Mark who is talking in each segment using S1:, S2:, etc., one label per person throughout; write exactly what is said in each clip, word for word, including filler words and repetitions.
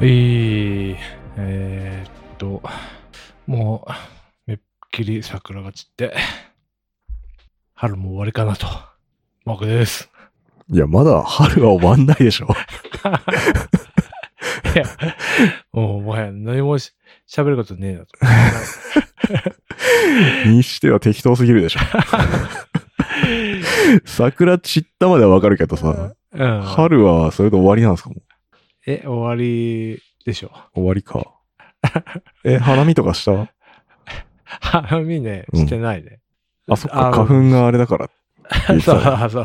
S1: えー、えー、っと、もう、めっきり桜が散って、春も終わりかなと。マークです。
S2: いや、まだ春は終わんないでしょ。
S1: いや、もうもはや何もし喋ることねえなと。
S2: にしては適当すぎるでしょ。桜散ったまではわかるけどさ、
S1: うん、
S2: 春はそれで終わりなんですかもう。
S1: え、終わりでしょ。
S2: 終わりか。え、花見とかした？
S1: 花見ね、してないね。
S2: うん、あ、そっか、花粉があれだから。
S1: そうそう。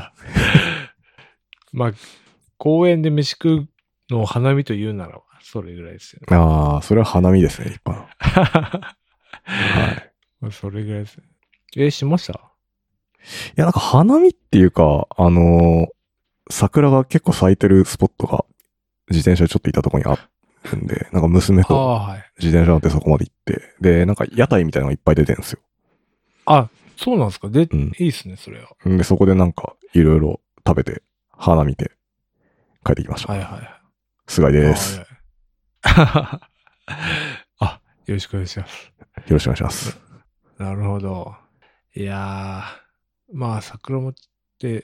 S1: まあ、公園で飯食うのを花見と言うならば、それぐらいですよね。
S2: ああ、それは花見ですね、立派な。
S1: はい。それぐらいですね。え、しました？い
S2: や、なんか花見っていうか、あのー、桜が結構咲いてるスポットが自転車でちょっといたところにあるんで、なんか娘と自転車乗ってそこまで行って、で、なんか屋台みたいなのがいっぱい出てるんですよ。
S1: あ、そうなんですか。で、
S2: うん、
S1: いいっすね、それは。
S2: で、そこでなんかいろいろ食べて、花見て帰ってきました。
S1: はいはい。
S2: 菅井です。
S1: あ、よろしくお願いします。
S2: よろしくお願いします。
S1: なるほど。いやー、まあ桜もって、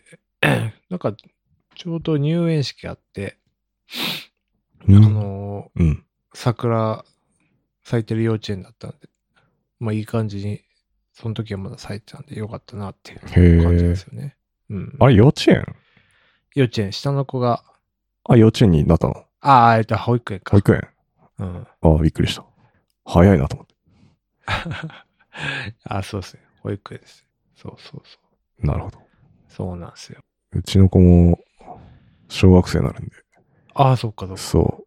S1: なんかちょうど入園式あって、
S2: うん、
S1: あのー、うん、桜咲いてる幼稚園だったんで、まあいい感じに、その時はまだ咲いてたんでよかったなっていう感じですよね。うん。
S2: あれ、幼稚園？
S1: 幼稚園、下の子が。
S2: あ、幼稚園になったの？
S1: ああ、えっと、保育園か。
S2: 保育園？
S1: うん。
S2: ああ、びっくりした。早いなと思って。
S1: あ、そうですね。保育園です。そうそうそう。
S2: なるほど。
S1: そうなんですよ。
S2: うちの子も、小学生になるんで。
S1: ああ、そっかそっか。
S2: そう。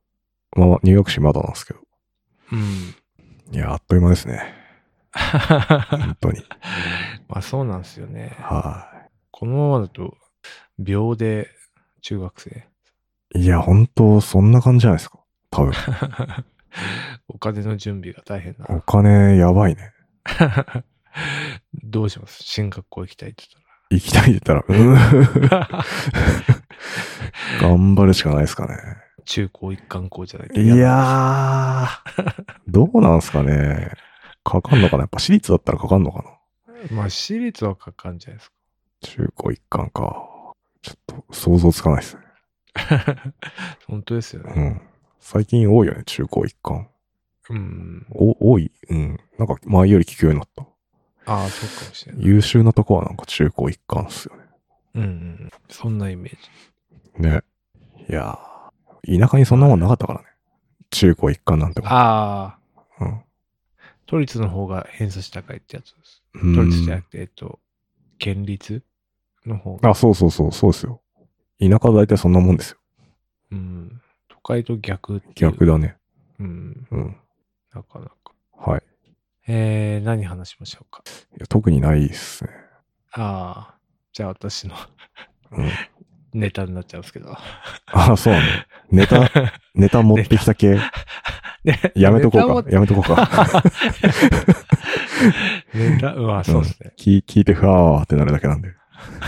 S2: まあ、入学式まだなんですけど。
S1: うん。
S2: いや、あっという間ですね。本当に。
S1: まあそうなんですよね。
S2: はい、
S1: このままだと、秒で中学生。
S2: いや、本当そんな感じじゃないですか。多分。
S1: お金の準備が大変な。
S2: お金、やばいね。
S1: どうします？進学校行きたいって
S2: 言ったら。行きたいって言ったら、うん。頑張るしかないですかね。
S1: 中高一貫校じゃないと。
S2: いやー、どうなんすかね。かかんのかな？やっぱ私立だったらかかんのかな？
S1: まあ私立はかかんじゃないですか。
S2: 中高一貫か。ちょっと想像つかないですね。
S1: 本当ですよね。
S2: うん。最近多いよね、中高一貫。
S1: うん。
S2: お、多い。うん。なんか前より聞くようになった。
S1: ああ、そうかもしれない。
S2: 優秀なとこはなんか中高一貫っすよね。
S1: うんうん。そんなイメージ。
S2: ね。いやー、田舎にそんなもんなかったからね。中高一貫なんてもん。
S1: ああ。
S2: うん。
S1: 都立の方が偏差値高いってやつです。都立じゃなくて、えっと、県立の方が。
S2: あ、そうそうそう、そうですよ。田舎は大体そんなもんですよ。
S1: うん。都会と逆っていう。
S2: 逆だね。
S1: うん。
S2: うん。
S1: なかなか。
S2: はい。
S1: えー、何話しましょうか。
S2: いや、特にないっすね。
S1: ああ。じゃあ私の
S2: うん、
S1: ネタになっちゃうんですけど。
S2: ああ、そうなんだ。ネタ、ネタ持ってきた系。やめとこうか。やめとこうか。
S1: ネタ、うわ、そうですね、
S2: うん、聞。聞いてふわーってなるだけなんで。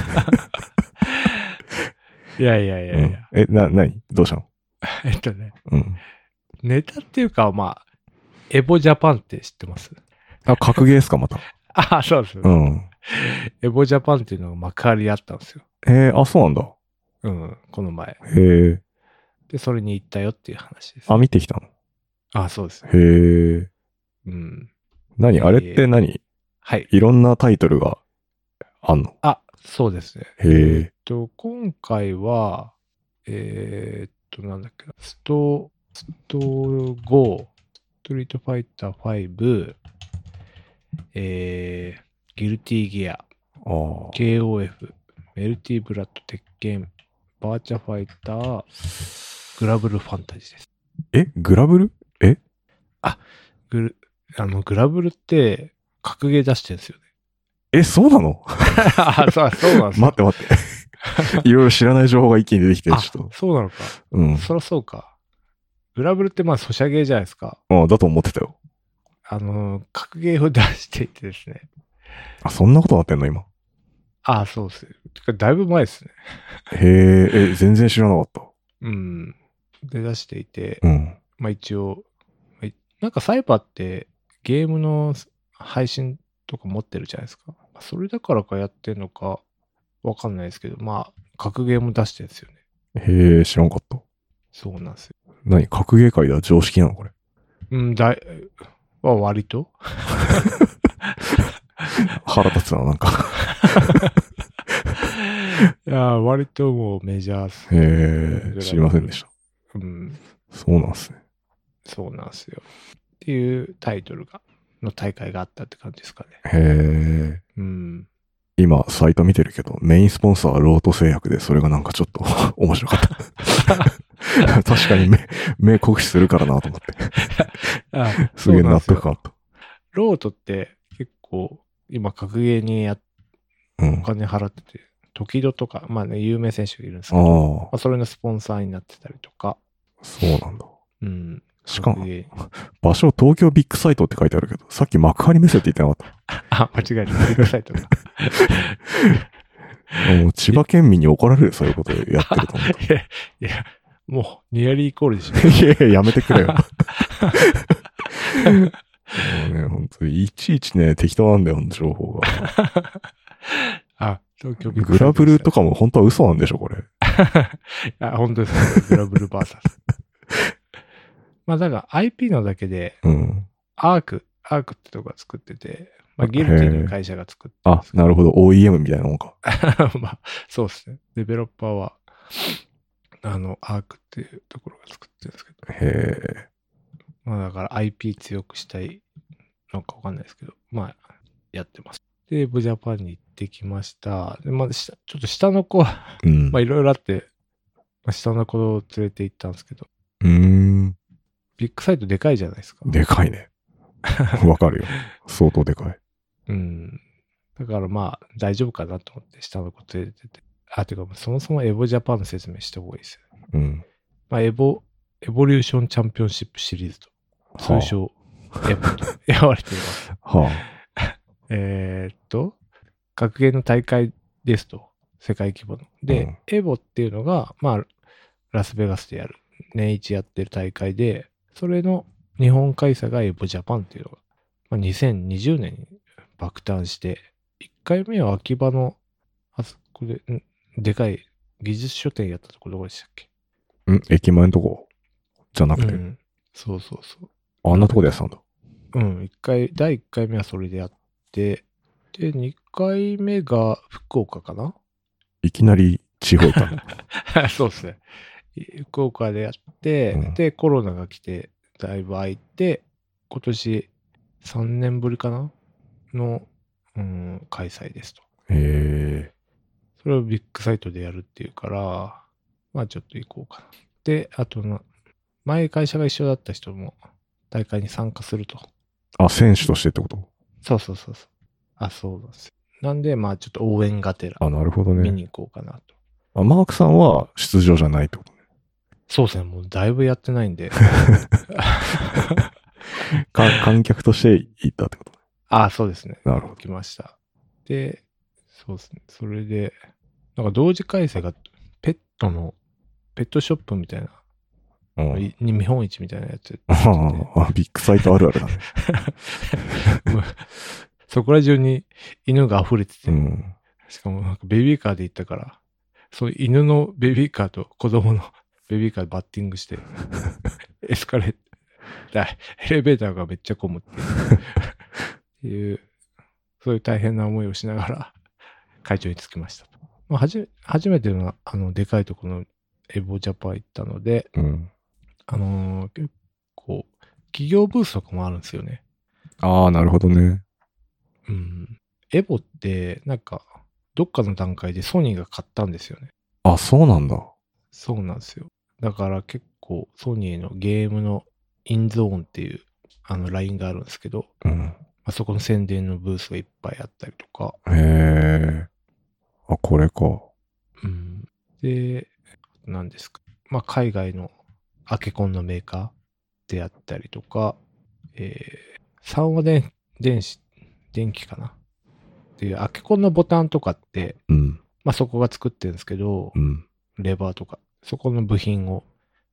S1: いやいやいやいや。うん、
S2: え、な、なにどうしたの？
S1: えっとね。
S2: うん。
S1: ネタっていうか、まあ、エボジャパンって知ってます？
S2: あ、格ゲーですか、また。
S1: あ、そうです。
S2: うん。
S1: エボジャパンっていうのが幕張りあったんですよ。
S2: えー、あ、そうなんだ。
S1: うん、この前。
S2: へえ。
S1: で、それに行ったよっていう話です。
S2: あ、見てきたの？
S1: あ、そうです。
S2: へえ。
S1: うん。
S2: 何あれって何？
S1: はい。
S2: いろんなタイトルがあんの？
S1: あ、そうですね。
S2: へえ。
S1: えっと、今回は、えー、っと、なんだっけな、スト、ストご、ストリートファイターファイブ、えー、ギルティギア、ケーオーエフ、メルティブラッド鉄拳、バーチャファイター、グラブルファンタジーです。
S2: え、グラブル？え
S1: あ、グル、あの、グラブルって、格ゲー出してるんですよね。
S2: え、そうなの？
S1: あ、そう、そうなんですよ。
S2: 待って待って。いろいろ知らない情報が一気に出てきて、ちょっと。
S1: そうなのか。うん。そりゃそうか。グラブルってまあ、ソシャゲーじゃないですか。
S2: ああ、だと思ってたよ。
S1: あの、格ゲーを出していてですね。
S2: あ、そんなことなってんの今。
S1: ああ、そうですね。てか、だいぶ前ですね。
S2: へえ、え、全然知らなかった。
S1: うん。で、出していて、
S2: うん。
S1: まあ一応、なんかサイバーってゲームの配信とか持ってるじゃないですか。それだからかやってんのかわかんないですけど、まあ、格ゲーも出してるんですよね。
S2: へえ、知らんかった。
S1: そうなんですよ。
S2: 何格ゲー界では常識なのこれ。
S1: うん、だい、は割と
S2: 腹立つな、なんか。
S1: いや割ともうメジャーっす。
S2: へえ、知りませんでした。
S1: うん。
S2: そうなんですね。
S1: そうなんですよ。っていうタイトルが、の大会があったって感じですかね。
S2: へえ。
S1: うん。
S2: 今、サイト見てるけど、メインスポンサーはロート製薬で、それがなんかちょっと面白かった。確かに目、目酷使するからなと思って。
S1: あ
S2: すげえ納得感あった。
S1: ロートって結構、今格ゲーにや、うん、お金払ってて、時戸とか、まあね、有名選手がいるんですけど、あまあ、それのスポンサーになってたりとか。
S2: そうなんだ。
S1: うん。
S2: しかも、場所東京ビッグサイトって書いてあるけど、さっき幕張メッセって言ってなか
S1: った。あ、間違えた。ビッグサイトだ。
S2: もう千葉県民に怒られる、そういうことやってると思う。
S1: いや、いや、もう、ニアリーイコールでしょ。
S2: いやいや、やめてくれよ。もうね、本当にいちいちね、適当なんだよ、情報が。
S1: あ、東京ビッ
S2: グラブルとかも本当は嘘なんでしょ、これ。
S1: いや、本当です。グラブルバーサス。まあ、だから アイピー のだけで、うん、アーク、アークってとこが作ってて、まあ、ギルティという会社が作って
S2: あ、なるほど。オーイーエム みたいなもんか。
S1: まあ、そうですね。デベロッパーは、あの、アークっていうところが作ってるんですけど。
S2: へえ。
S1: まあ、だから アイピー 強くしたいのかわかんないですけど、まあ、やってます。で、エボジャパンに行ってきました。で、まあ、ちょっと下の子は、うん、まあ、いろいろあって、まあ、下の子を連れて行ったんですけど。
S2: うーん。
S1: ビッグサイトでかいじゃないですか。
S2: でかいね。わかるよ。相当でかい。
S1: うん。だからまあ、大丈夫かなと思って、下の子連れてて。あ、てか、そもそもエボジャパンの説明した方がいいですよ。うん。まあ、エボ、エボリューションチャンピオンシップシリーズと、通称、エボと呼ばれています。はあ、えっと、格ゲーの大会ですと、世界規模の。で、うん、エボっていうのが、まあ、ラスベガスでやる、年一やってる大会で、それの日本開催がエボジャパンっていうのが、まあ、にせんにじゅうねんに爆誕して、いっかいめは秋葉の、あそこで、んでかい技術書店やったところどこでしたっけ？
S2: ん駅前のとこじゃなくて、うん、
S1: そうそうそう。
S2: あんなとこでやってたんだ。
S1: うん、一回、だいいっかいめはそれでやって、で、にかいめが福岡かない
S2: きなり地方行ったの
S1: そうですね。福岡でやって、うん、で、コロナが来て、だいぶ空いて、今年さんねんぶりかなの、うん、開催ですと。へえ。それをビッグサイトでやるっていうから、まあちょっと行こうかな。で、あとな、前会社が一緒だった人も大会に参加すると。
S2: あ、選手としてってこと？
S1: そうそうそうそう。あ、そうなんですよ。なんで、まあちょっと応援がてら。
S2: あ、なるほどね。
S1: 見に行こうかなと。
S2: あ、マークさんは出場じゃないってことね。
S1: そうですね。もうだいぶやってないんで。
S2: 観客として行ったってことね。
S1: ああ、そうですね。
S2: なるほど。
S1: 来ました。で、そうですね。それで、なんか同時開催がペットの、ペットショップみたいな、うん、日本一みたいなやつ。
S2: ああ、ビッグサイトあるあるだね。
S1: そこら中に犬が溢れてて、うん、しかもなんかベビーカーで行ったから、そういう犬のベビーカーと子供のベビーカーでバッティングして、エスカレーター、エレベーターがめっちゃ混むっていう、そういう大変な思いをしながら会場に着きましたと。まあ、はじ初めてのあのでかいところのエボジャパン行ったので、うん、あのー、結構企業ブースとかもあるんですよね。
S2: ああ、なるほどね。
S1: うん。エボってなんかどっかの段階でソニーが買ったんですよね。
S2: あ、そうなんだ。
S1: そうなんですよ。だから結構ソニーのゲームのインゾーンっていうあのラインがあるんですけど、うん、まあ、そこの宣伝のブースがいっぱいあったりとか。
S2: へえ。あ、これか。
S1: うん。で、何ですか。まあ、海外のアケコンのメーカーであったりとか、えー、三和電電子、電気かなっていうアケコンのボタンとかって、うん、まあそこが作ってるんですけど、うん、レバーとか、そこの部品を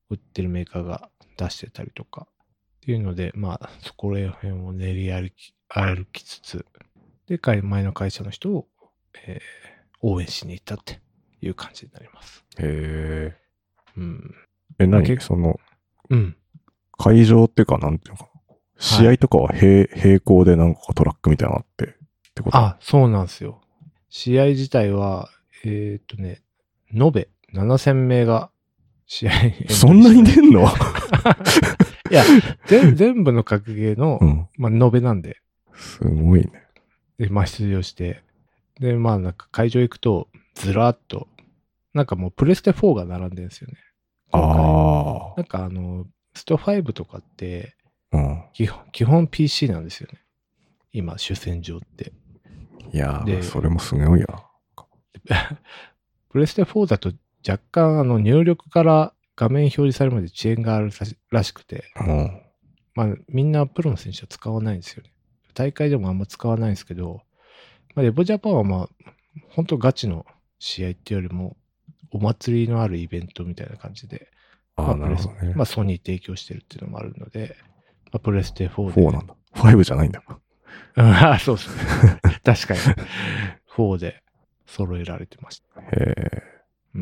S1: 売ってるメーカーが出してたりとかっていうので、まあそこら辺を練り歩き、歩きつつ、で、前の会社の人を、えー、応援しに行ったっていう感じになります。
S2: へ
S1: ー。うん。
S2: え、何、まあ、その、
S1: うん。
S2: 会場っていうか、なんていうのかな。試合とかは並、はい、並行で何個かトラックみたいなのあってってこと？
S1: あ、そうなんですよ。試合自体は、えー、っとね、延べななせんめいが試合
S2: そんなに出んの？
S1: いや、全部の格ゲーの、うん、まあ、延べなんで。
S2: すごいね。
S1: で、まあ、出場して。で、まあ、なんか会場行くと、ずらっと、なんかもうプレステフォーが並んでるんですよね。
S2: ああ。
S1: なんかあの、ストファイブとかって、
S2: うん、
S1: 基本、基本 ピーシー なんですよね。今、主戦場って。
S2: いやー、それもすごいよ
S1: な。プレステフォーだと若干あの入力から画面表示されるまで遅延があるらしくて、
S2: うん、
S1: まあみんなプロの選手は使わないんですよね。大会でもあんま使わないんですけど、まあ、エボジャパンはまあ本当ガチの試合っていうよりもお祭りのあるイベントみたいな感じで、
S2: ああ、なるほどね。
S1: まあソニー提供してるっていうのもあるので、まあ、プレステフォー
S2: で。フォーなんだ。ファイブじゃないんだ。
S1: ああ、そうですね。確かに。フォーで揃えられてました。
S2: へえ。
S1: うん。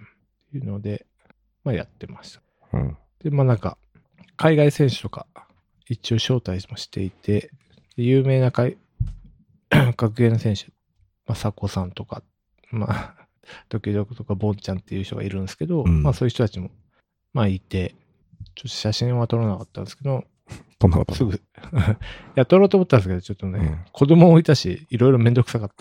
S1: っていうので、まあやってました。
S2: うん。
S1: で、まあなんか、海外選手とか、一応招待もしていて、有名な格ゲーの選手、まあ、サコさんとか、まあ、ドキドキとかボンちゃんっていう人がいるんですけど、うん、まあそういう人たちも、まあいて、ちょっと写真は撮らなかったんですけど、
S2: 撮んなかった
S1: すぐ、いや、撮ろうと思ったんですけど、ちょっとね、うん、子供もいたし、いろいろめんどくさかった。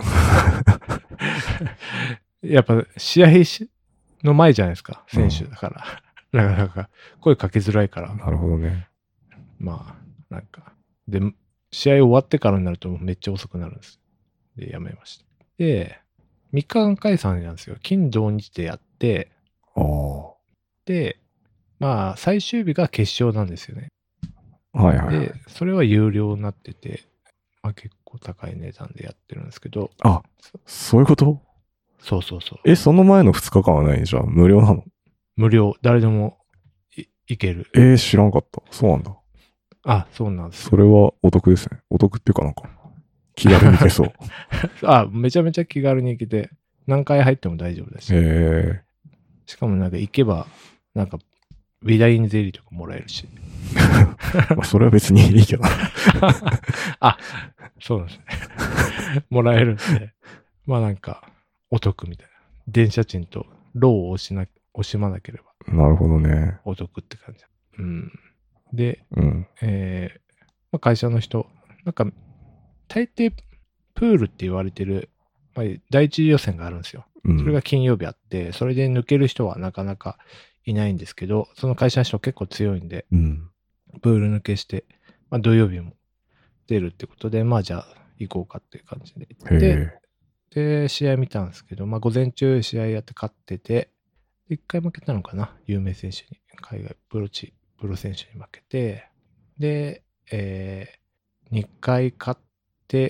S1: やっぱ試合の前じゃないですか、選手だから。うん、なかなか声かけづらいから。
S2: なるほどね。
S1: まあ、なんか。で、試合終わってからになるとめっちゃ遅くなるんです。で、やめました。で、みっかかん開催なんですよ。金土日でやって、
S2: あ
S1: で、まあ、最終日が決勝なんですよね。
S2: はいはい、はい。
S1: で、それは有料になってて、まあ結構高い値段でやってるんですけど。
S2: あ、そういうこと？
S1: そうそうそう。
S2: え、その前のふつかかんはないじゃん。無料なの？
S1: 無料。誰でもいける。
S2: えー、知らんかった。そうなんだ。
S1: あ、そうなんですよ。
S2: それはお得ですね。お得っていうかなんか、気軽に行けそう。
S1: あ、めちゃめちゃ気軽に行けて、何回入っても大丈夫だし。
S2: へえ。
S1: しかもなんか行けば、なんか、ウィダインゼリーとかもらえるし。
S2: まあそれは別にいいけど。
S1: あ、そうなんですね。もらえるんで。まあなんか、お得みたいな。電車賃とローを押しな、惜しまなければ。
S2: なるほどね。
S1: お得って感じ。うん。で、
S2: うん、
S1: えーまあ、会社の人、なんか、大抵、プールって言われてる、まあ、第一次予選があるんですよ。うん、それが金曜日あって、それで抜ける人はなかなかいないんですけど、その会社の人結構強いんで、
S2: うん、
S1: プール抜けして、まあ、土曜日も出るってことで、まあじゃあ行こうかっていう感じで行って、で、試合見たんですけど、まあ午前中試合やって勝ってて、一回負けたのかな、有名選手に、海外プロチ、プロ選手に負けて、で、えー、にかい勝って、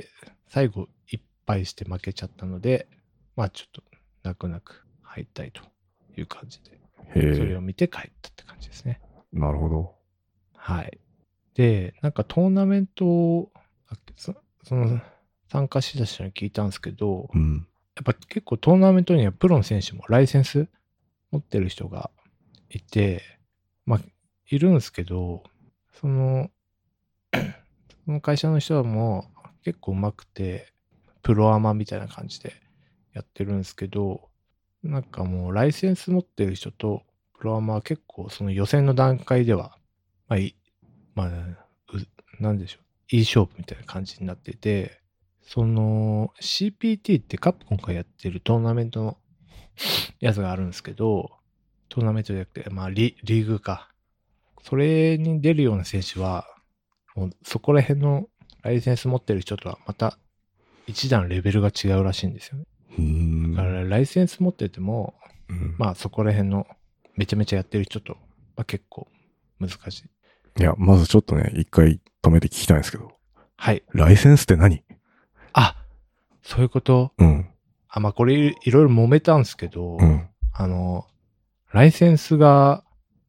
S1: 最後いっぱいして負けちゃったので、まあちょっと泣く泣く敗退という感じで、それを見て帰ったって感じですね。
S2: なるほど。
S1: はい。で、なんかトーナメントを、そ, その参加した人に聞いたんですけど、
S2: うん、
S1: やっぱ結構トーナメントにはプロの選手もライセンス持ってる人がいて、まあ、いるんですけど、その、その会社の人はもう結構上手くて、プロアマみたいな感じでやってるんですけど、なんかもうライセンス持ってる人とプロアマは結構その予選の段階では、まあ、まあ、なんでしょう、いい勝負みたいな感じになっていて、その シーピーティー ってカプコンがやってるトーナメントのやつがあるんですけど、トーナメントじゃなくて、まあリ、リーグか。それに出るような選手は、もうそこら辺のライセンス持ってる人とはまた一段レベルが違うらしいんですよね。
S2: うん
S1: だからライセンス持ってても、
S2: うん、
S1: まあそこら辺のめちゃめちゃやってる人とは結構難しい。
S2: いや、まずちょっとね、一回止めて聞きたいんですけど。
S1: はい。
S2: ライセンスって何？
S1: あ、そういうこと？
S2: うん。
S1: あ、まあこれいろいろ揉めたんですけど、
S2: うん、
S1: あの、ライセンスが、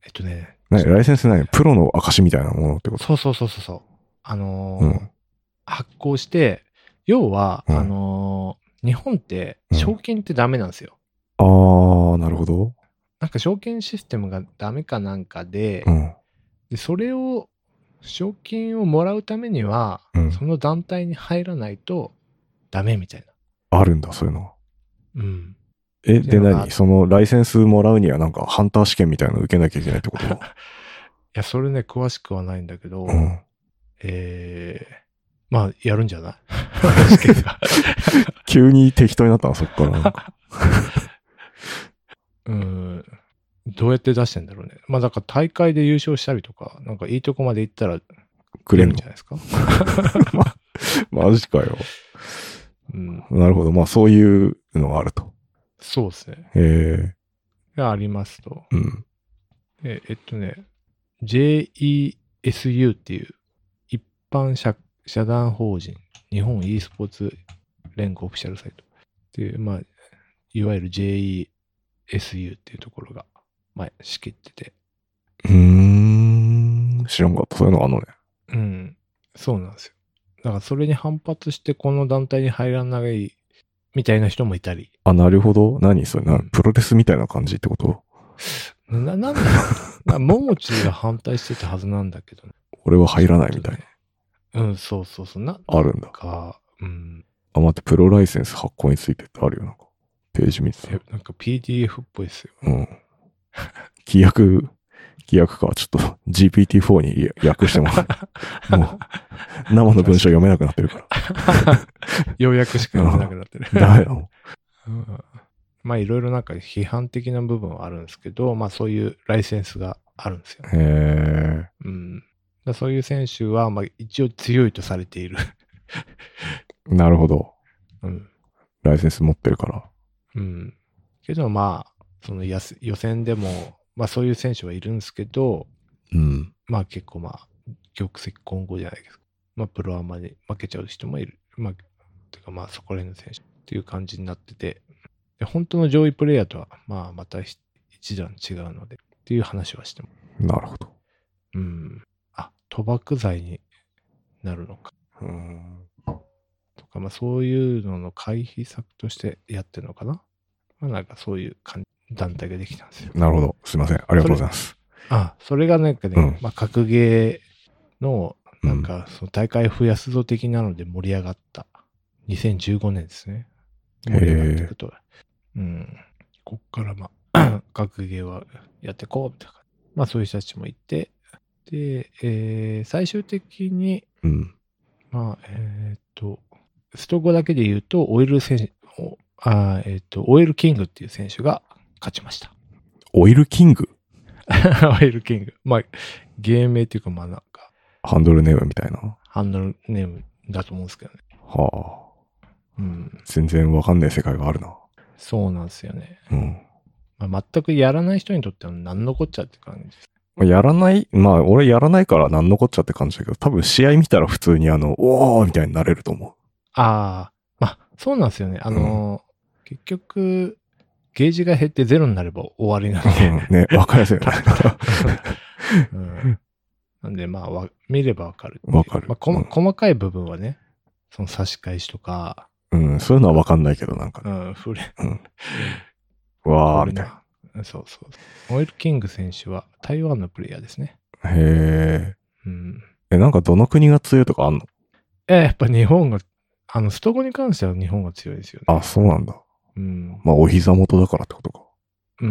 S1: えっとね。
S2: 何ライセンスないプロの証みたいなものってこと？
S1: そうそうそうそう。あのーうん、発行して、要は、うん、あのー、日本って証券ってダメなんですよ。
S2: うん、ああ、なるほど。
S1: なんか証券システムがダメかなんかで、うん、でそれを、賞金をもらうためには、うん、その団体に入らないとダメみたい
S2: な。あるんだ、そういうのは。
S1: うん。
S2: え、で何そのライセンスもらうにはなんかハンター試験みたいなの受けなきゃいけないってこと？い
S1: や、それね、詳しくはないんだけど、うん、えー、まあ、やるんじゃない
S2: 急に適当になったの、そっからなんか。
S1: うん。どうやって出してんだろうね。まあ、だから大会で優勝したりとか、なんかいいとこまで行ったらくれるんじゃないですか。
S2: ま、マジかよ。うん。なるほど。まあ、そういうのがあると。
S1: そうですね。
S2: へ
S1: え。がありますと。うん。え、えっとね、ジェイイーエスユー っていう一般社社団法人日本 e スポーツ連合オフィシャルサイトっていう、まあ、いわゆる ジェイイーエスユー っていうところが、まあ、仕切ってて。
S2: うーん、知らんかった。そういうのあんのね。
S1: うん。そうなんですよ。だからそれに反発してこの団体に入らないみたいな人もいたり。
S2: あ、なるほど。何それな、うん、プロレスみたいな感じってこと？
S1: な、なんでな、ももちが反対してたはずなんだけどね。
S2: 俺は入らないみたい
S1: な。うん、そうそうそう。な、
S2: あるんだ。
S1: か、うん。
S2: あ、待って、プロライセンス発行についてってあるよ、なんか。ページ見てた。
S1: なんか ピーディーエフ っぽいですよ。
S2: うん。規約、規約か。ちょっと ジーピーティーフォー に訳してもらう。もう、生の文章読めなくなってるから。
S1: 要約しか読めなくなってる。
S2: ダメだもん。
S1: うん、まあいろいろなんか批判的な部分はあるんですけど、まあそういうライセンスがあるんですよ。
S2: へー。
S1: うん。だそういう選手は、まあ一応強いとされている。
S2: なるほど。
S1: うん。
S2: ライセンス持ってるから。
S1: うん。けどまあ、その予選でも、まあそういう選手はいるんですけど、
S2: うん。
S1: まあ結構まあ、玉石混合じゃないですか。まあプロアマで負けちゃう人もいる。まあ、てかまあそこら辺の選手っていう感じになってて、で本当の上位プレイヤーとはまあまた一段違うのでっていう話はしても。
S2: なるほど。
S1: うん。あ、賭博罪になるのか。
S2: うん。
S1: とか、まあそういうのの回避策としてやってるのかな。まあなんかそういう団体ができたんですよ。
S2: なるほど。すいません。ありがとうございます。
S1: あ、それがなんかね、うん、まあ格ゲーのなんかその大会増やすぞ的なので盛り上がった。にせんじゅうごねんですね。盛り上がっていくと。うん。こっからまあ、格ゲーはやっていこうみたいな。まあそういう人たちもいて、で、えー、最終的に、
S2: うん、
S1: まあ、えっ、ー、と、ストゴだけで言うと、オイル選手、あえっ、ー、と、オイルキングっていう選手が勝ちました。
S2: オイルキング
S1: オイルキング。まあ、芸名っていうか、まあなんか。
S2: ハンドルネームみたいな。
S1: ハンドルネームだと思うんですけどね。
S2: はあ。
S1: うん。
S2: 全然わかんない世界があるな。
S1: そうなんですよね。
S2: うん。
S1: まあ、全くやらない人にとっては何のこっちゃって感じです。
S2: やらない、まあ俺やらないから何のこっちゃって感じだけど、多分試合見たら普通にあの、おーみたいになれると思う。
S1: ああ、まあそうなんですよね。あのー、うん、結局、ゲージが減ってゼロになれば終わりなんで。
S2: うん、ね、わかりやすいよね。
S1: うん、なんでまあわ、見ればわかる。
S2: わかる。
S1: まあこ、うん、細かい部分はね、その差し返しとか。
S2: うん、そういうのはわかんないけど、なんか、
S1: ね。うん、触れ。
S2: うん。わーみたいな。
S1: そうそう。オイルキング選手は台湾のプレイヤーですね。
S2: へ
S1: ー。うん。
S2: え、なんかどの国が強いとかあんの？
S1: え、やっぱ日本が、あの、ストゴに関しては日本が強いですよね。
S2: あ、そうなんだ。
S1: うん。
S2: まあ、お膝元だからってことか。
S1: うん。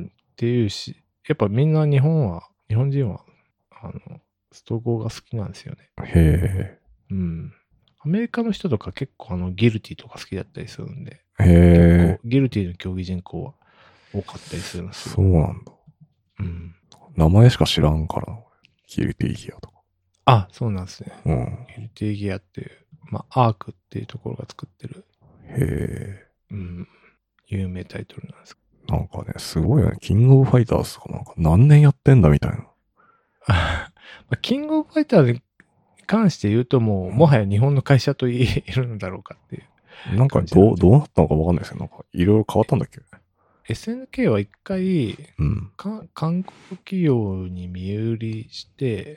S1: っていうし、やっぱみんな日本は、日本人は、あの、ストゴが好きなんですよね。
S2: へ
S1: ー。うん。アメリカの人とか結構あの、ギルティとか好きだったりするんで。
S2: へー。
S1: 結構、ギルティの競技人口は多かったりするんですよ。
S2: そうなんだ。
S1: うん。
S2: 名前しか知らんからな。ギルティギアとか。
S1: あ、そうなんですね。
S2: うん。
S1: ギルティギアっていう、まあ、アークっていうところが作ってる。
S2: へ
S1: ー。うん。有名タイトルなんです。
S2: なんかね、すごいよね。キングオブファイターズとかなんか何年やってんだみたいな。
S1: キングオブファイターズに関して言うともう、うん、もはや日本の会社と言えるのだろうかっていう。
S2: なんかどう、どうなったのかわかんないですよ。なんかいろいろ変わったんだっけ？
S1: エスエヌケー は一回、
S2: うん、
S1: 韓国企業に身売りして、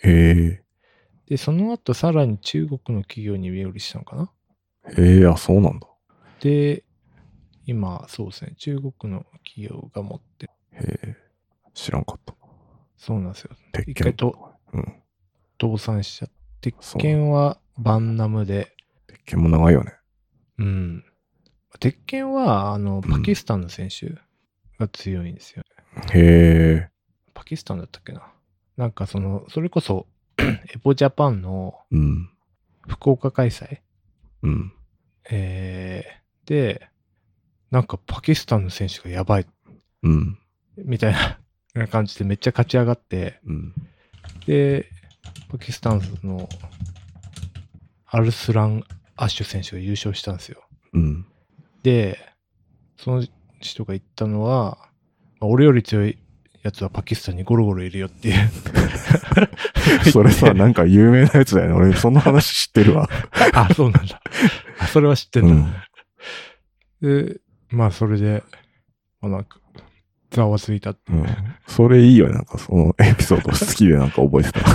S2: へ
S1: で、その後さらに中国の企業に身売りしたのかな。
S2: へえ、あ、そうなんだ。
S1: で、今、そうですね、中国の企業が持って。
S2: へえ、知らんかった。
S1: そうなんですよ。
S2: 鉄拳。
S1: 一回と、うん、倒産しちゃって、鉄拳はバンナムで。
S2: 鉄拳も長いよね。
S1: うん。鉄拳は、あの、パキスタンの選手が強いんですよね。
S2: うん、へえ。
S1: パキスタンだったっけな。なんかその、それこそ、エボジャパンの福岡開催、
S2: うん、
S1: えー、で、なんかパキスタンの選手がやばい、
S2: うん、
S1: みたいな感じでめっちゃ勝ち上がって、
S2: うん、
S1: で、パキスタンのアルスラン・アッシュ選手が優勝したんですよ。
S2: うん、
S1: で、その人が言ったのは、俺より強いやつはパキスタンにゴロゴロいるよっていう。
S2: それさ、なんか有名なやつだよね。俺その話知ってるわ。
S1: あ、そうなんだ。それは知ってんだ。うん、で、まあそれで、まあ、なんか、ざわついたって、うん。
S2: それいいよね。なんかそのエピソード好きでなんか覚えてた。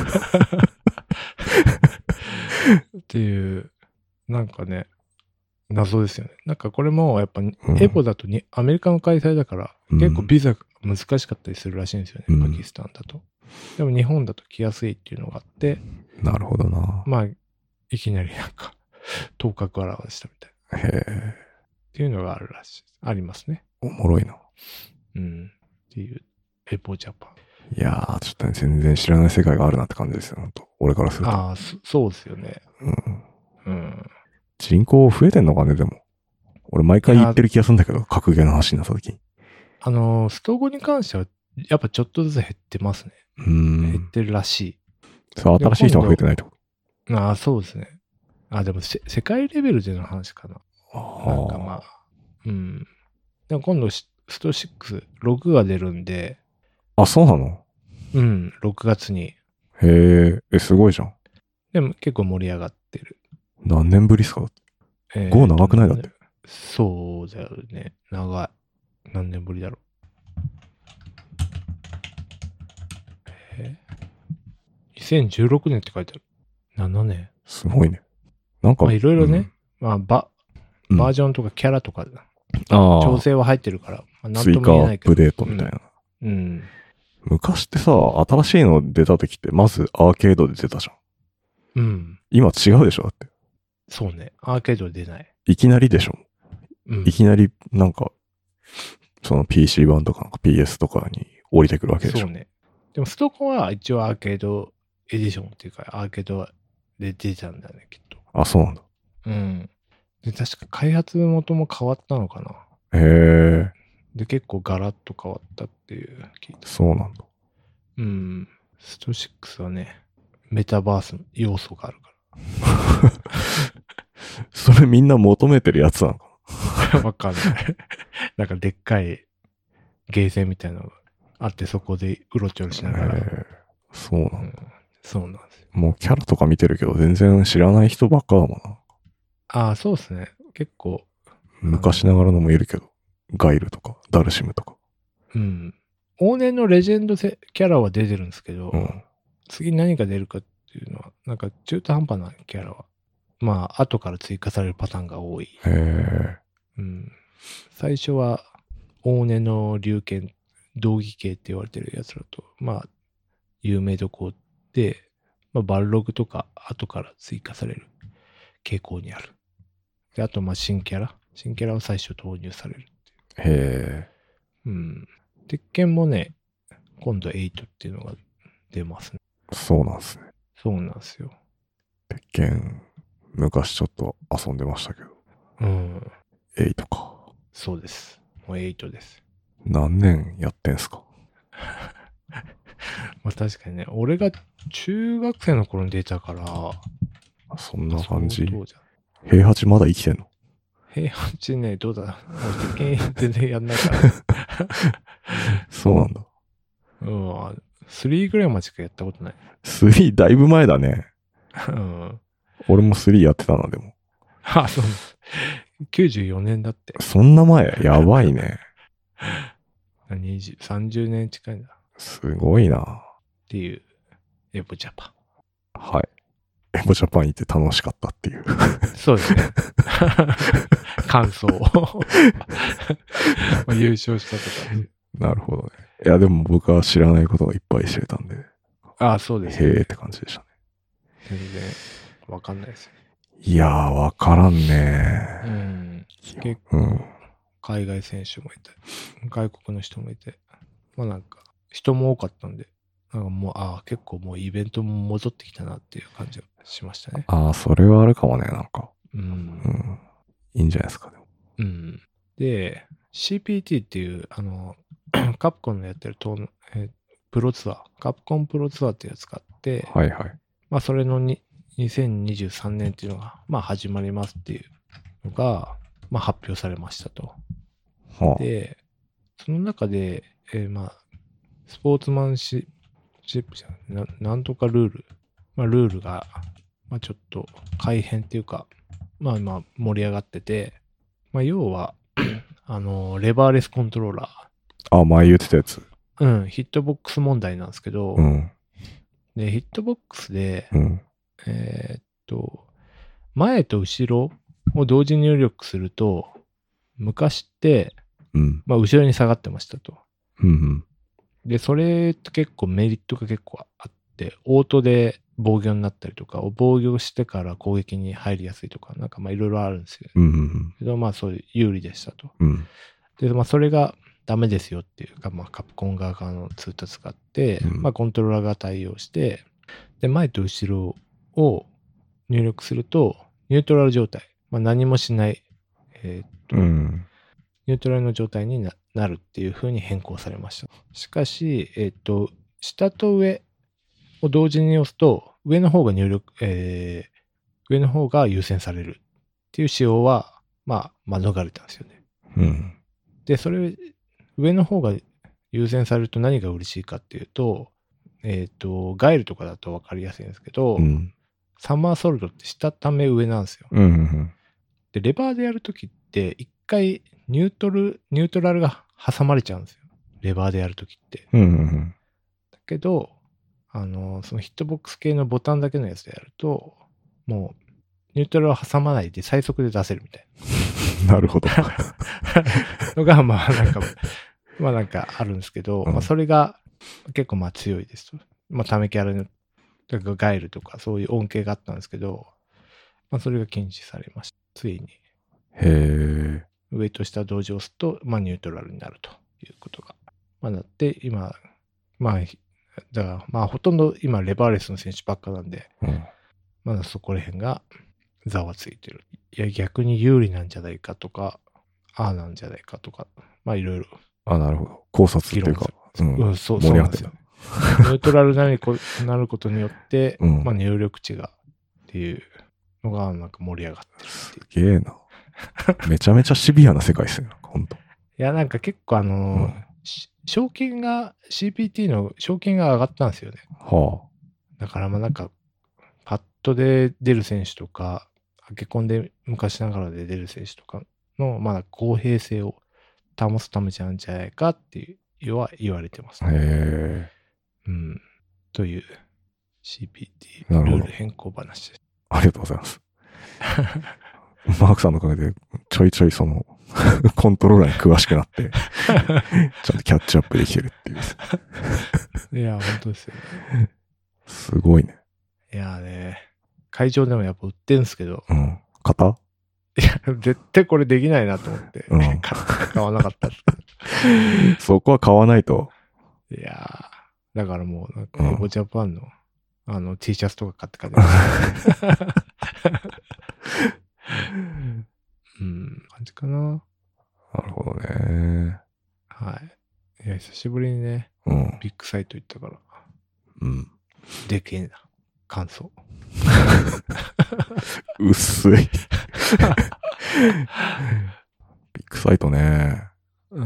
S1: っていう、なんかね、謎ですよね。なんかこれもやっぱ、エボだとに、アメリカの開催だから、結構ビザが難しかったりするらしいんですよね。うん、パキスタンだと。でも日本だと来やすいっていうのがあって。
S2: なるほどな。
S1: まあ、いきなりなんか、頭角を現したみたいな。へえ。っていうのがあるらしい。ありますね。
S2: おもろいな。
S1: うん。っていう、エボジャパン。
S2: いやー、ちょっとね、全然知らない世界があるなって感じですよ、本当俺からすると。
S1: ああ、そうですよね。
S2: うん。
S1: うん。
S2: 人口増えてんのかね、でも。俺毎回言ってる気がするんだけど、格ゲーの話になった時に。
S1: あのー、ストーゴに関しては、やっぱちょっとずつ減ってますね。うん。減ってるらしい。
S2: そう、新しい人が増えてないってこと？
S1: ああ、そうですね。あ、でも世界レベルでの話かな。なんかまあ、うん。でも今度、ストろく、ろくが出るんで。
S2: あ、そうなの？
S1: うん、ろくがつに。
S2: へえ、え、すごいじゃん。
S1: でも結構盛り上がってる。
S2: 何年ぶりっすか？えー、ゴー長くないだって。
S1: そうだよね。長い。何年ぶりだろう。えー、にせんじゅうろくねんって書いてある。ななねん。
S2: すごいね。なんか。
S1: まあいろいろね、うん、まあバ、バージョンとかキャラとか、うん、調整は入ってるから、まあ、なんとも言えないけど。
S2: 追加アップデートみたいな。
S1: うん。うん、
S2: 昔ってさ、新しいの出た時って、まずアーケードで出たじゃん。うん。今違うでしょだって。
S1: そうね。アーケードで出ない。
S2: いきなりでしょ、
S1: うん、
S2: いきなり、なんか、その ピーシー 版とかなんか ピーエス とかに降りてくるわけでしょ。
S1: そうね。でもストコは一応アーケードエディションっていうか、アーケードで出たんだね、きっと。
S2: あ、そうなんだ。
S1: うん。で、確か開発元も変わったのかな。
S2: へえ。
S1: で、結構ガラッと変わったっていう聞いた。
S2: そうなんだ。
S1: うん。ストろくはね、メタバースの要素があるから。
S2: それみんな求めてるやつなのか
S1: なわかんない。なんかでっかいゲーセンみたいなのがあって、そこでうろちょろしながら。
S2: そうなんだ、うん。
S1: そうなんですよ。
S2: もうキャラとか見てるけど、全然知らない人ばっかだもんな。
S1: ああ、そうですね。結構。
S2: 昔ながらのもいるけど、ガイルとか、ダルシムとか。
S1: うん。往年のレジェンドキャラは出てるんですけど、うん、次何が出るかっていうのは、なんか中途半端なキャラは、まあ、後から追加されるパターンが多い。
S2: へえ。
S1: うん。最初は、往年の龍剣、道義系って言われてるやつらと、まあ、有名どこで、まあ、バルログとか後から追加される傾向にある。で、あと、まあ、新キャラ。新キャラを最初投入されるっていう。
S2: へえ。
S1: うん。鉄拳もね、今度ははちっていうのが出ますね。
S2: そうなんですね。
S1: そうなんですよ。
S2: 鉄拳、昔ちょっと遊んでましたけど。
S1: うん。
S2: はちか。
S1: そうです。もうはちです。
S2: 何年やってんすか？
S1: まあ確かにね、俺が中学生の頃に出たから。
S2: そんな感じ。平八まだ生きてんの？
S1: 平八ね、どうだ。鉄拳全然やんないから。
S2: そうなんだ。
S1: うん。スリーぐらいまでしかやったことない。
S2: スリーだいぶ前だね。
S1: うん。
S2: 俺もスリーやってたな、でも。
S1: あ、そう。きゅうじゅうよねんだって。
S2: そんな前やばいね。
S1: にじゅう、さんじゅうねん近いんだ。
S2: すごいな。
S1: っていう、エボジャパン。
S2: はい。エボジャパン行って楽しかったっていう。
S1: そうですね。感想を。優勝したとか、ね。
S2: なるほどね。いや、でも僕は知らないことがいっぱい知れたんで。
S1: ああ、そうですね。
S2: へーって感じでしたね。
S1: 全然、わかんないですよね。
S2: いやー、わからんねー。
S1: うん。結構、うん、海外選手もいて、外国の人もいて、まあなんか、人も多かったんで、なんかもう、ああ、結構もうイベントも戻ってきたなっていう感じがしましたね。
S2: ああ、それはあるかもね、なんか。
S1: うん。うん、
S2: いいんじゃないですか、でも。
S1: うん。で、シーピーティー っていう、あの、カプコンのやってるトーナ、えー、プロツアー、カプコンプロツアーってやつがあって、
S2: はいはい。
S1: まあそれのににせんにじゅうさんねんっていうのが、まあ始まりますっていうのが、まあ発表されましたと。はあ、で、その中で、えー、まあ、スポーツマンシップじゃな、なんとかルール、まあルールが、まあちょっと改変っていうか、まあ今盛り上がってて、まあ要は、あの、レバーレスコントローラ
S2: ー。あ、前言ってたやつ。
S1: うん、ヒットボックス問題なんですけど、うん、で、ヒットボックスで、うん、えー、っと、前と後ろを同時入力すると、昔って、うん、まあ後ろに下がってましたと。うんうん、で、それって結構メリットが結構あって、オートで防御になったりとか、防御してから攻撃に入りやすいとか、なんかまあいろいろあるんですよ。うんうん、けどまあそういう有利でしたと。うん、で、まあそれがダメですよっていうか、まあカプコン側からの通達があって、うん、まあコントローラーが対応して、で、前と後ろを入力すると、ニュートラル状態、まあ何もしない、えー、っと、うん、ニュートラルの状態に な, なるっていう風に変更されました。しかし、えー、っと、下と上を同時に押すと、上の方が入力、えー、上の方が優先されるっていう仕様は、まあ、免れたんですよね。うん。で、それ、上の方が優先されると何が嬉しいかっていうと、えっと、ガイルとかだと分かりやすいんですけど、うん、サマーソルトって下ため上なんですよ。うんうんうん、で、レバーでやるときって、一回ニュートル、ニュートラルが挟まれちゃうんですよ。レバーでやるときって。うんうんうん、だけど、あの、そのヒットボックス系のボタンだけのやつでやると、もう、ニュートラルを挟まないで最速で出せるみたい
S2: な。なるほど。
S1: のが、まあなんか、まあなんかあるんですけど、うん、まあそれが結構まあ強いですと。まあためキャラの、ガイルとかそういう恩恵があったんですけど、まあそれが禁止されました。ついに。
S2: へー。
S1: 上と下同時押すと、まあニュートラルになるということが。まあなって、今、まあ、だからまあほとんど今レバーレスの選手ばっかなんで、うん、まだそこら辺がざわついてる。いや逆に有利なんじゃないかとか、ああなんじゃないかとか、まあいろいろ。
S2: あ、なるほど。考察っていうか、
S1: うん、うん、そう、そうなんですよ。ニュートラルになることによって、うん、まあ入力値がっていうのがなんか盛り上がってるっていう。
S2: すげえな。めちゃめちゃシビアな世界ですよ、ほんと。
S1: いやなんか結構あのー、うん、賞金が シーピーティー の賞金が上がったんですよね。はあ。だからまあなんかパッドで出る選手とか、アケコンで昔ながらで出る選手とかのまだ公平性を保つためじゃんじゃないかっていうは言われてます、ね。へえ。うん。という シーピーティー ルール変更話です。
S2: ありがとうございます。マークさんのおかげでちょいちょいそのコントローラーに詳しくなってちゃんとキャッチアップできてるっていう。
S1: いや、本当ですよね。
S2: すごいね。
S1: いやね、会場でもやっぱ売ってんすけど。
S2: うん。型？
S1: いや、絶対これできないなと思って、うん、買わなかった。
S2: そこは買わないと。
S1: いやー、だからもう、なんか、エボジャパンの、うん、あの、T シャツとか買って帰ってました。うん、感じかな。な
S2: るほどね。
S1: はい。いや、久しぶりにね、うん、ビッグサイト行ったから。うん。でけえな。感想。
S2: 薄い。ビッグサイトね。うん。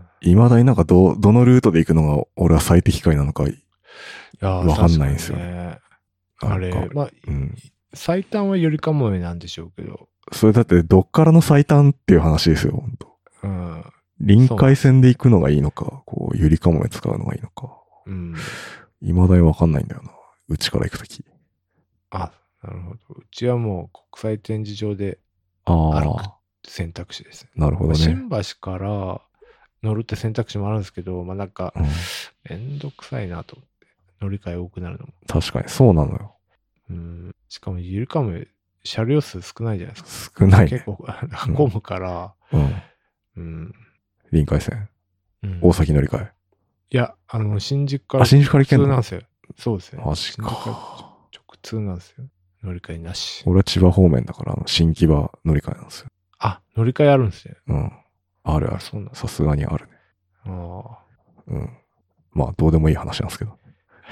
S2: いまだになんかど、どのルートで行くのが俺は最適解なのか、わかんないんですよね。
S1: あれ、まあ、うん、最短はよりかもめなんでしょうけど。
S2: それだってどっからの最短っていう話ですよ、本当。うん。臨海線で行くのがいいのか、こう、ゆりかもめ使うのがいいのか。
S1: うん。
S2: 未だにわかんないんだよな。うちから行くとき。
S1: あ、なるほど。うちはもう国際展示場で
S2: あ
S1: 歩く選択肢ですね。
S2: なるほどね。
S1: 新橋から乗るって選択肢もあるんですけど、まあなんか、めんどくさいなと思って。乗り換え多くなるのも。
S2: 確かに、そうなのよ。
S1: うん。しかもゆりかもめ、車両数少ないじゃないです
S2: か。少ない、ね。
S1: 結構混むから、
S2: うん。うん。臨海線。うん、大崎乗り換え。
S1: いや、あの、新宿から
S2: 直通
S1: なんですよ。そうですね。
S2: マジか。
S1: 直通なんですよ。乗り換えなし。
S2: 俺は千葉方面だから、新木場乗り換えなんですよ。
S1: あ、乗り換えあるんですね。
S2: うん。あるある。そうなんさすがにあるね。ああ。うん。まあ、どうでもいい話なんですけど。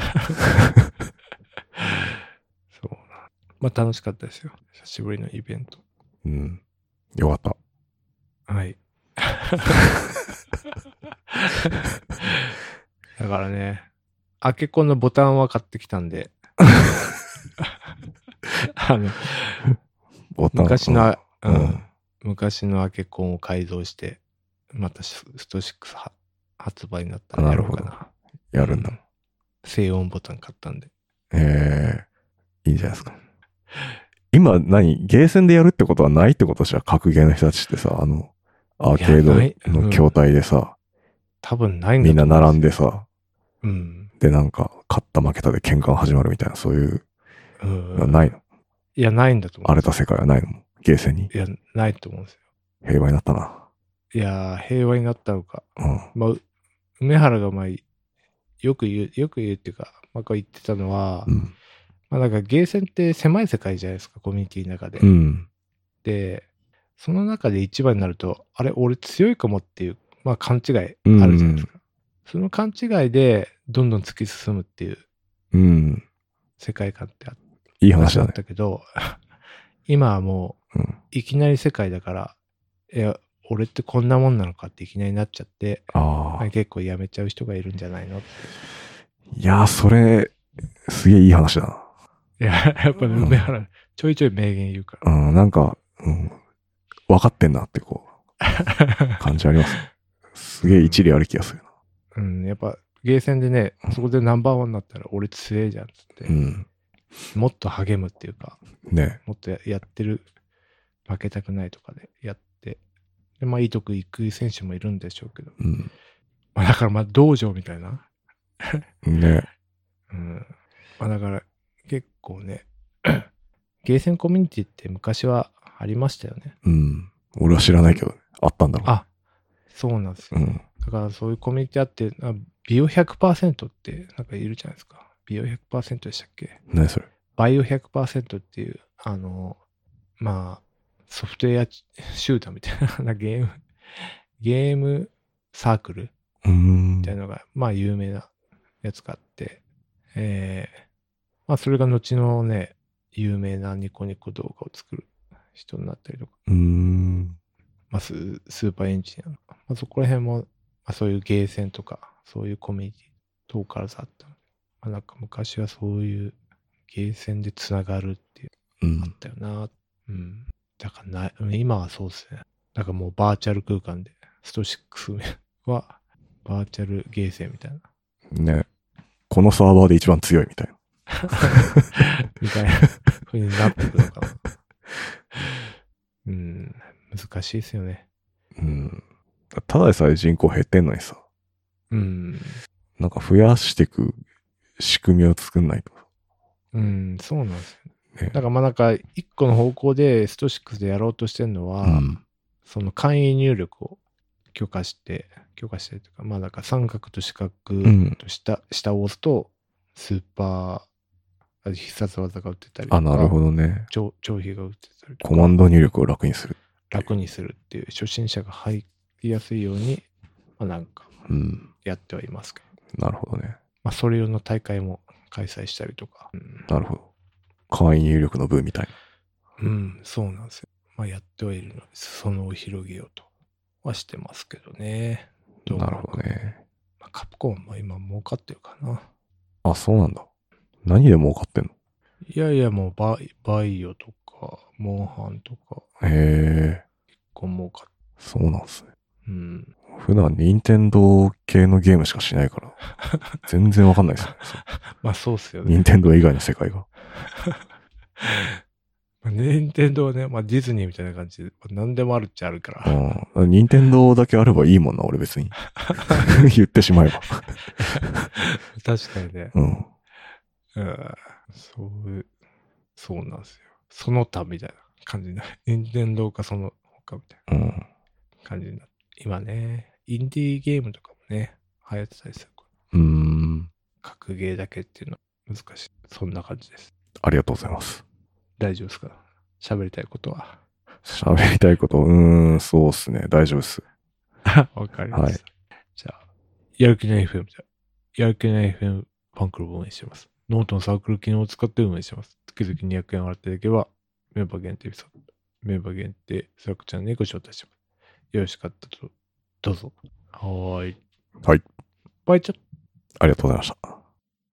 S1: そうな。まあ、楽しかったですよ。久しぶりのイベント。
S2: うん。よかった。
S1: はい。だからね、アケコンのボタンは買ってきたんで、あの、ボタン昔の、うん、うん、昔のアケコンを改造して、またストシックス発売になったらやろうかな。な
S2: やるんだ。
S1: 静音ボタン買ったんで。
S2: ええー、いいんじゃないですか。今何ゲーセンでやるってことはないってことじゃ、格ゲーの人たちってさ、あの、アーケードの筐体でさ、うん、
S1: 多分ないんだ
S2: みんな並んでさ、
S1: うん。
S2: で、なんか、勝った負けたで喧嘩が始まるみたいな、そういう、うん、ないの？
S1: いや、ないんだと思う。
S2: 荒れた世界はないの？ゲーセンに。
S1: いや、ないと思うんですよ。
S2: 平和になったな。
S1: いやー、平和になったのか。うん。まあ、梅原が前、よく言う、よく言うっていうか、まあ、こう言ってたのは、うん、まあなんかゲーセンって狭い世界じゃないですか、コミュニティの中で。うん。で、その中で一番になると、あれ、俺強いかもっていう、まあ勘違いあるじゃないですか。うん、その勘違いで、どんどん突き進むっていう、うん。世界観ってあって。
S2: いい話だね。
S1: だったけど、今はもう、いきなり世界だから、いや、俺ってこんなもんなのかっていきなりなっちゃって、あ結構やめちゃう人がいるんじゃないのって。
S2: いやー、それ、すげえいい話だな。
S1: いや、やっぱ梅原、うん、ちょいちょい名言言うか
S2: ら。うん、なんか、うん、分かってんなってこう、感じあります。すげえ一理ある気がするな。
S1: うん、うん、やっぱゲーセンでね、そこでナンバーワンになったら俺強えじゃんっつって、うん、もっと励むっていうか、ね、もっと や, やってる、負けたくないとかでやって、で、まあいいとこ行く選手もいるんでしょうけど、うん、まあだからまあ道場みたいな。ね。うん。まあだから結構ね、ゲーセンコミュニティって昔はありましたよね。
S2: うん。俺は知らないけど、あったんだろう。
S1: あ、そうなんですよ。うん、だからそういうコミュニティあって、ビオ ひゃくパーセント ってなんかいるじゃないですか。ビオ ひゃくパーセント でしたっけ？
S2: 何それ？
S1: バイオ ひゃくパーセント っていう、あの、まあ、ソフトウェア集団みたいなゲーム、ゲームサークルみたいなのが、まあ有名なやつがあって、えー、まあそれが後のね、有名なニコニコ動画を作る人になったりとか、うーんまあス、スーパーエンジニアの、まあ、そこら辺も、まあ、そういうゲーセンとか、そういうコミュニティ、遠からずあったので、まあ、なんか昔はそういうゲーセンでつながるっていう、うん、あったよな。うん。だからな、今はそうですね。なんかもうバーチャル空間で、ストシックスはバーチャルゲーセンみたい
S2: な。ね。このサーバーで一番強いみたいな。
S1: みたいな風になってくるのかな。うん。難しいですよね。
S2: うん。ただでさえ人口減ってんのにさ。うん。なんか増やしていく仕組みを作んないと。
S1: うん、そうなんですよ。ね、だからまあなんか一個の方向でストシックスでやろうとしてるのは、うん、その簡易入力を許可して、許可してというか、まあなんか三角と四角と下、うん、下を押すとスーパー、必殺技が打ってたりとか。
S2: あ、なるほどね。
S1: 超、超飛が打ってたりとか。
S2: コマンド入力を楽にする。
S1: 楽にするっていう、初心者が入りやすいように、まあなんか、やってはいますけ
S2: ど、うん。なるほどね。
S1: まあそれ用の大会も開催したりとか。
S2: うん、なるほど。簡易入力の部みたい
S1: な。うん、そうなんですよ。まあやってはいるので、裾野を広げようとはしてますけどね。
S2: どうなるほどね。
S1: まあ、カプコンも今儲かってるかな。
S2: あ、そうなんだ。何で儲かってんの？
S1: いやいや、もうバイ、バイオとか、モンハンとか。
S2: へえ。
S1: 結構儲かって。
S2: そうなんですね。
S1: うん。
S2: 普段任天堂系のゲームしかしないから、全然わかんないですよね。
S1: まあそうっすよね。
S2: 任天堂以外の世界が。
S1: 任天堂はね、まあディズニーみたいな感じで、何でもあるっちゃあるから。
S2: うん。任天堂だけあればいいもんな、俺別に。言ってしまえば。
S1: 確かにね。
S2: うん。
S1: うん。そういう、そうなんですよ。その他みたいな感じになる。任天堂かその他みたいな感じになる。うん、今ね、インディーゲームとかもね、流行ってたりする。
S2: うーん。
S1: 格ゲーだけっていうのは難しい。そんな感じです。
S2: ありがとうございます。
S1: 大丈夫ですか？喋りたいことは。
S2: 喋りたいこと、うーん、そうっすね。大丈夫っす。
S1: わかりました。はい、じゃあ、やる気ない エフエム じゃ、やる気ない エフエム ファンクラブを運営しています。ノートのサークル機能を使って運営しています。月々にひゃくえん払っていただければ、メンバー限定エピソード、メンバー限定スラックチャンネルにご招待します。よろしかったと、どうぞ。はーい。
S2: はい。
S1: バイチャ。
S2: ありがとうございました。